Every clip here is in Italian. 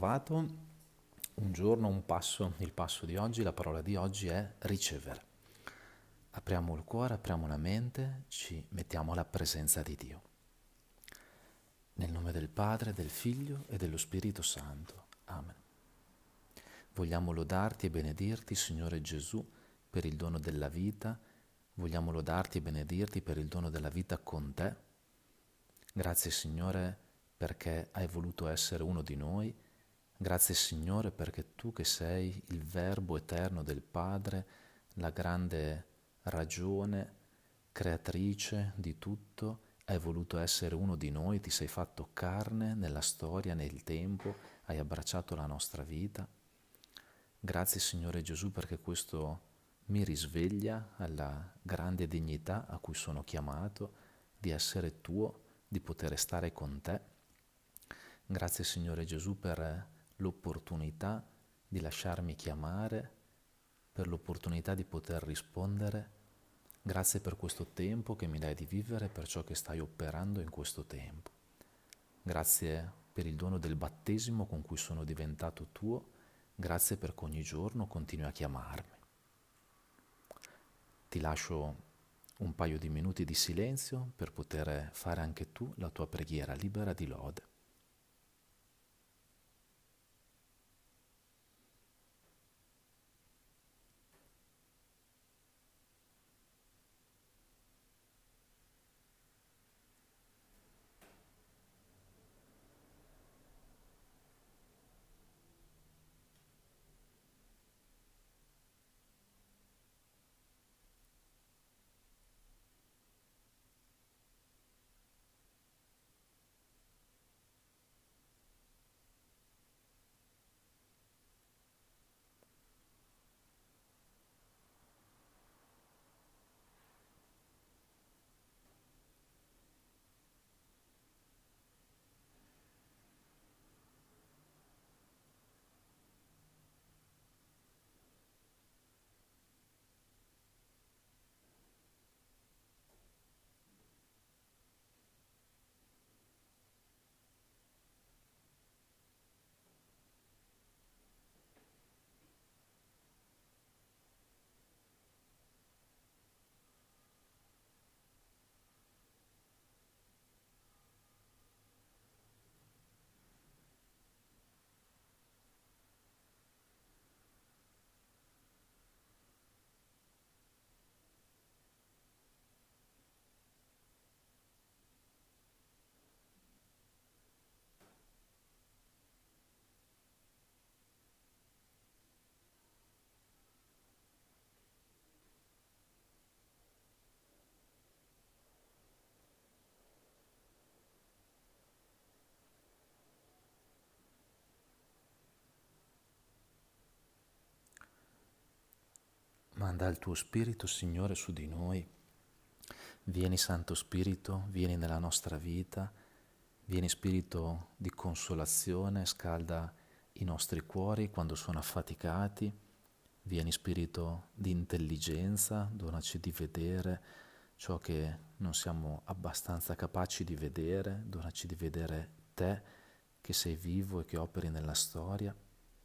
trovato un giorno, un passo, il passo di oggi, la parola di oggi è ricevere. Apriamo il cuore, apriamo la mente, ci mettiamo alla presenza di Dio. Nel nome del Padre, del Figlio e dello Spirito Santo. Amen. Vogliamo lodarti e benedirti, Signore Gesù, per il dono della vita. Vogliamo lodarti e benedirti per il dono della vita con te. Grazie, Signore, perché hai voluto essere uno di noi. Grazie, Signore, perché tu che sei il Verbo eterno del Padre, la grande ragione, creatrice di tutto, hai voluto essere uno di noi, ti sei fatto carne nella storia, nel tempo, hai abbracciato la nostra vita. Grazie, Signore Gesù, perché questo mi risveglia alla grande dignità a cui sono chiamato di essere tuo, di poter stare con te. Grazie, Signore Gesù, per l'opportunità di lasciarmi chiamare, per l'opportunità di poter rispondere. Grazie per questo tempo che mi dai di vivere, per ciò che stai operando in questo tempo. Grazie per il dono del battesimo con cui sono diventato tuo. Grazie perché ogni giorno continui a chiamarmi. Ti lascio un paio di minuti di silenzio per poter fare anche tu la tua preghiera libera di lode. Manda il tuo Spirito, Signore, su di noi. Vieni, Santo Spirito, vieni nella nostra vita. Vieni, Spirito di consolazione, scalda i nostri cuori quando sono affaticati. Vieni, Spirito di intelligenza, donaci di vedere ciò che non siamo abbastanza capaci di vedere. Donaci di vedere te che sei vivo e che operi nella storia.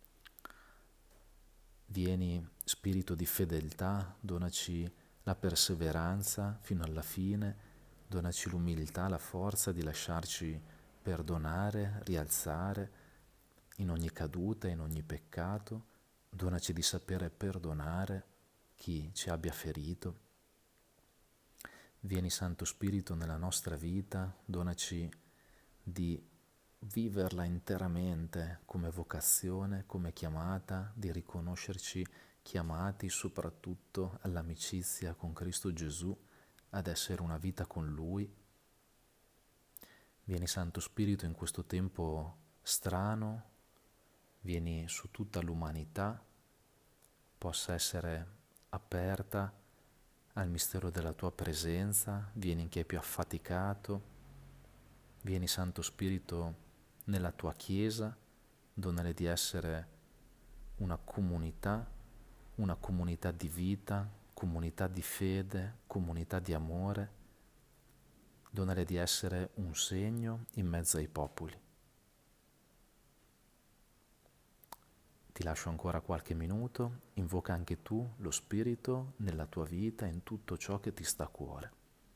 Vieni, Spirito di fedeltà, donaci la perseveranza fino alla fine, donaci l'umiltà, la forza di lasciarci perdonare, rialzare in ogni caduta, in ogni peccato, donaci di sapere perdonare chi ci abbia ferito. Vieni, Santo Spirito, nella nostra vita, donaci di viverla interamente come vocazione, come chiamata, di riconoscerci chiamati soprattutto all'amicizia con Cristo Gesù, ad essere una vita con Lui. Vieni, Santo Spirito, in questo tempo strano, vieni su tutta l'umanità, possa essere aperta al mistero della Tua presenza. Vieni in chi è più affaticato. Vieni, Santo Spirito, nella Tua Chiesa, donale di essere una comunità di vita, comunità di fede, comunità di amore. Donale di essere un segno in mezzo ai popoli. Ti lascio ancora qualche minuto, invoca anche tu lo Spirito nella tua vita, in tutto ciò che ti sta a cuore.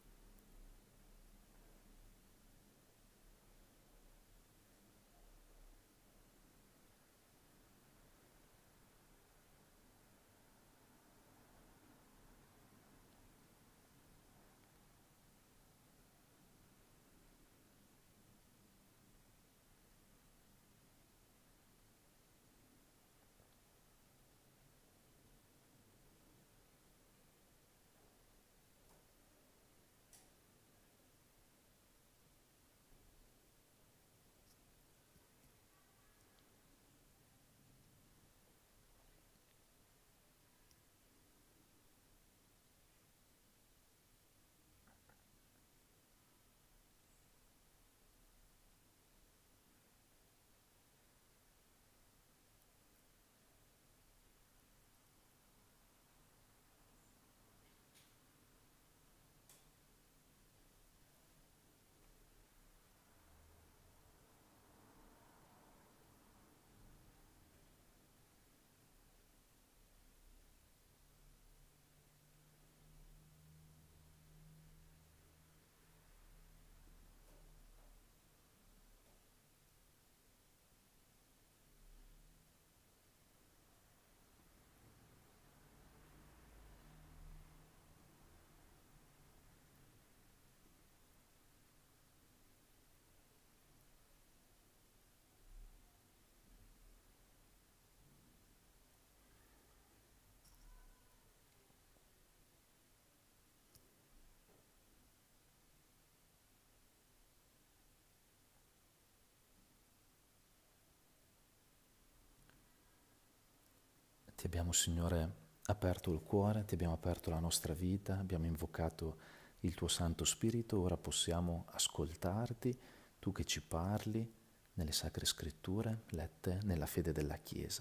Ti abbiamo, Signore, aperto il cuore, ti abbiamo aperto la nostra vita, abbiamo invocato il tuo Santo Spirito, ora possiamo ascoltarti, tu che ci parli nelle Sacre Scritture, lette nella fede della Chiesa.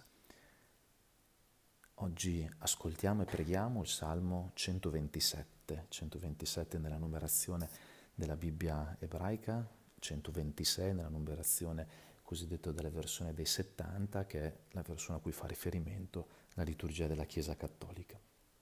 Oggi ascoltiamo e preghiamo il Salmo 127 nella numerazione della Bibbia ebraica, 126 nella numerazione cosiddetta della versione dei 70, che è la versione a cui fa riferimento la liturgia della Chiesa Cattolica.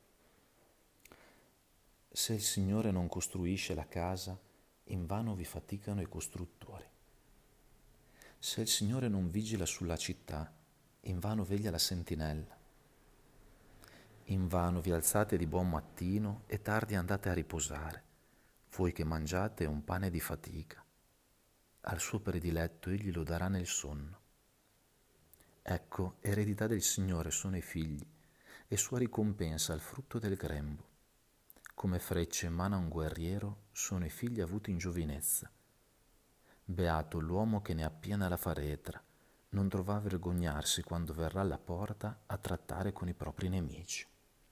Se il Signore non costruisce la casa, invano vi faticano i costruttori. Se il Signore non vigila sulla città, invano veglia la sentinella. Invano vi alzate di buon mattino e tardi andate a riposare, voi che mangiate un pane di fatica. Al suo prediletto egli lo darà nel sonno. Ecco, eredità del Signore sono i figli, e sua ricompensa il frutto del grembo. Come frecce in mano a un guerriero sono i figli avuti in giovinezza. Beato l'uomo che ne appiena la faretra, non dovrà vergognarsi quando verrà alla porta a trattare con i propri nemici.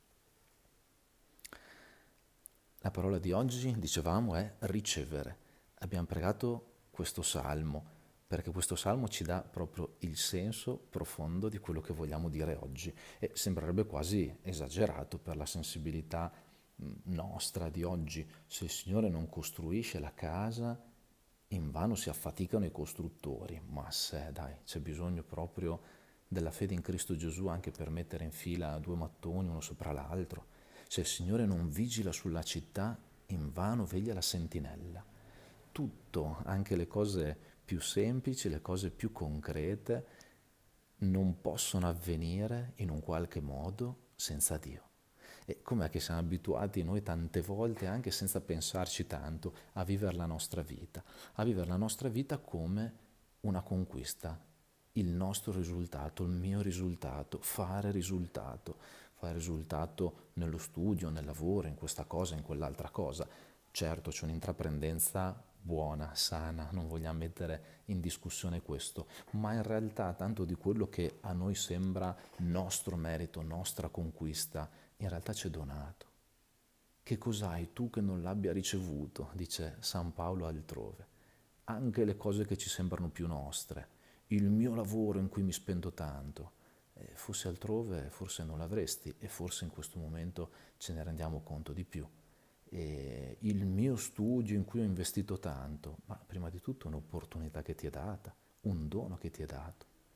La parola di oggi, dicevamo, è ricevere. Abbiamo pregato questo salmo, perché questo salmo ci dà proprio il senso profondo di quello che vogliamo dire oggi. E sembrerebbe quasi esagerato per la sensibilità nostra di oggi. Se il Signore non costruisce la casa, invano si affaticano i costruttori. Ma se, dai, c'è bisogno proprio della fede in Cristo Gesù anche per mettere in fila due mattoni uno sopra l'altro. Se il Signore non vigila sulla città, invano veglia la sentinella. Tutto, anche le cose più semplici, le cose più concrete, non possono avvenire in un qualche modo senza Dio. E com'è che siamo abituati noi tante volte, anche senza pensarci tanto, a vivere la nostra vita? A vivere la nostra vita come una conquista, il nostro risultato, il mio risultato, fare risultato nello studio, nel lavoro, in questa cosa, in quell'altra cosa. Certo, c'è un'intraprendenza buona, sana, non vogliamo mettere in discussione questo, ma in realtà tanto di quello che a noi sembra nostro merito, nostra conquista, in realtà c'è donato. Che cos'hai tu che non l'abbia ricevuto? Dice San Paolo altrove. Anche le cose che ci sembrano più nostre, il mio lavoro in cui mi spendo tanto, fosse altrove forse non l'avresti e forse in questo momento ce ne rendiamo conto di più. E il mio studio in cui ho investito tanto, ma prima di tutto è un'opportunità che ti è data, un dono che ti è dato.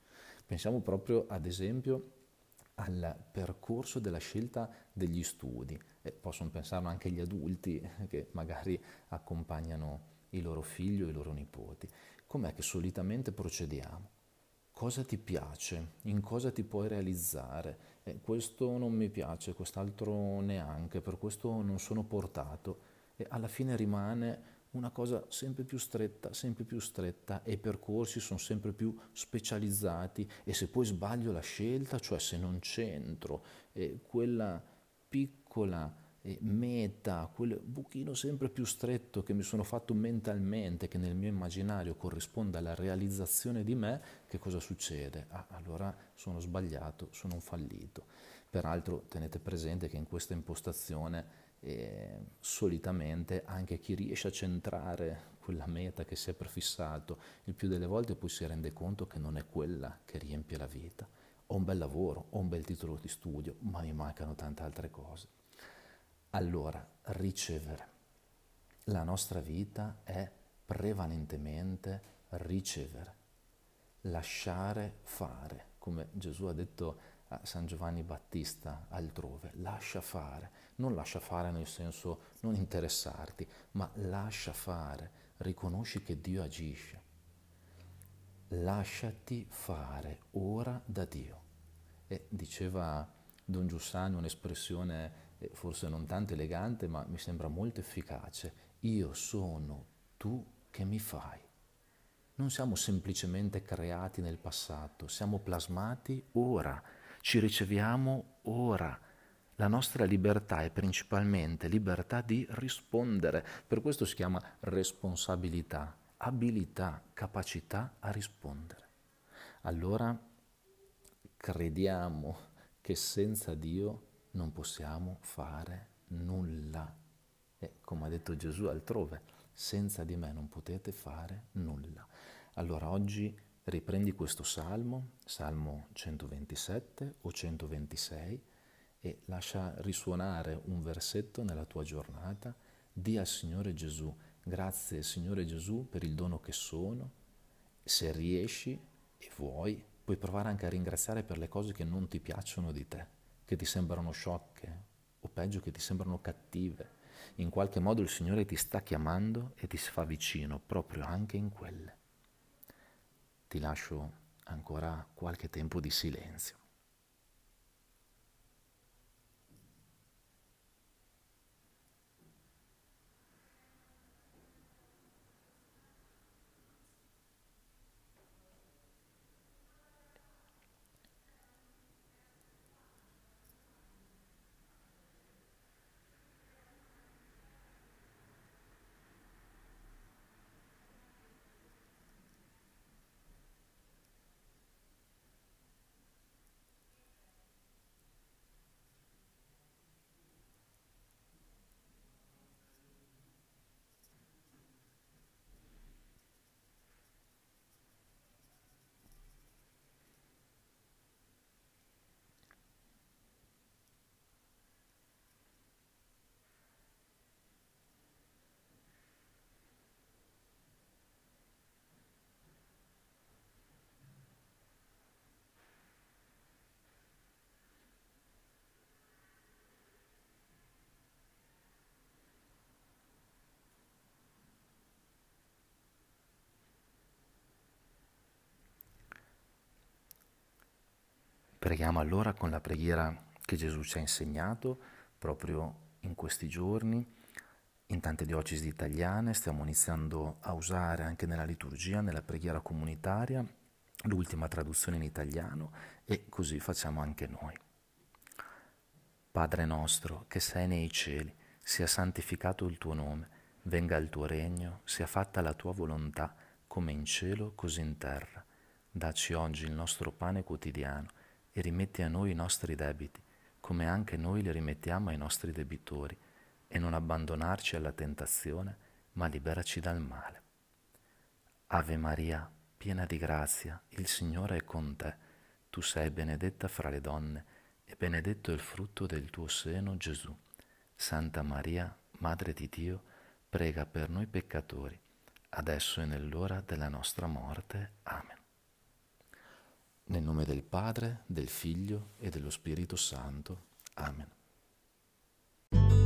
Pensiamo proprio, ad esempio, al percorso della scelta degli studi e possono pensarlo anche gli adulti che magari accompagnano i loro figli o i loro nipoti. Com'è che solitamente procediamo? Cosa ti piace? In cosa ti puoi realizzare? Questo non mi piace, quest'altro neanche, per questo non sono portato. E alla fine rimane una cosa sempre più stretta e i percorsi sono sempre più specializzati e se poi sbaglio la scelta, cioè se non c'entro, quella piccola meta, quel buchino sempre più stretto che mi sono fatto mentalmente, che nel mio immaginario corrisponde alla realizzazione di me, che cosa succede? Ah, allora sono sbagliato, sono un fallito. Peraltro tenete presente che in questa impostazione solitamente anche chi riesce a centrare quella meta che si è prefissato, il più delle volte poi si rende conto che non è quella che riempie la vita. Ho un bel lavoro, ho un bel titolo di studio, ma mi mancano tante altre cose. Allora, ricevere. La nostra vita è prevalentemente ricevere, lasciare fare, come Gesù ha detto a San Giovanni Battista altrove, non lascia fare nel senso non interessarti, ma lascia fare, riconosci che Dio agisce, lasciati fare ora da Dio. E diceva Don Giussani un'espressione forse non tanto elegante, ma mi sembra molto efficace. Io sono tu che mi fai. Non siamo semplicemente creati nel passato, siamo plasmati ora, ci riceviamo ora. La nostra libertà è principalmente libertà di rispondere, per questo si chiama responsabilità, abilità, capacità a rispondere. Allora crediamo che senza Dio non possiamo fare nulla. E come ha detto Gesù altrove, senza di me non potete fare nulla. Allora oggi riprendi questo salmo, Salmo 127 o 126, e lascia risuonare un versetto nella tua giornata. Dì al Signore Gesù, grazie Signore Gesù per il dono che sono. Se riesci e vuoi, puoi provare anche a ringraziare per le cose che non ti piacciono di te, che ti sembrano sciocche o peggio che ti sembrano cattive. In qualche modo il Signore ti sta chiamando e ti si fa vicino proprio anche in quelle. Ti lascio ancora qualche tempo di silenzio. Preghiamo allora con la preghiera che Gesù ci ha insegnato proprio in questi giorni. In tante diocesi italiane stiamo iniziando a usare anche nella liturgia, nella preghiera comunitaria, l'ultima traduzione in italiano e così facciamo anche noi. Padre nostro che sei nei cieli, sia santificato il tuo nome, venga il tuo regno, sia fatta la tua volontà, come in cielo così in terra. Dacci oggi il nostro pane quotidiano e rimetti a noi i nostri debiti, come anche noi li rimettiamo ai nostri debitori, e non abbandonarci alla tentazione, ma liberaci dal male. Ave Maria, piena di grazia, il Signore è con te. Tu sei benedetta fra le donne, e benedetto è il frutto del tuo seno, Gesù. Santa Maria, Madre di Dio, prega per noi peccatori, adesso e nell'ora della nostra morte. Amen. Nel nome del Padre, del Figlio e dello Spirito Santo. Amen.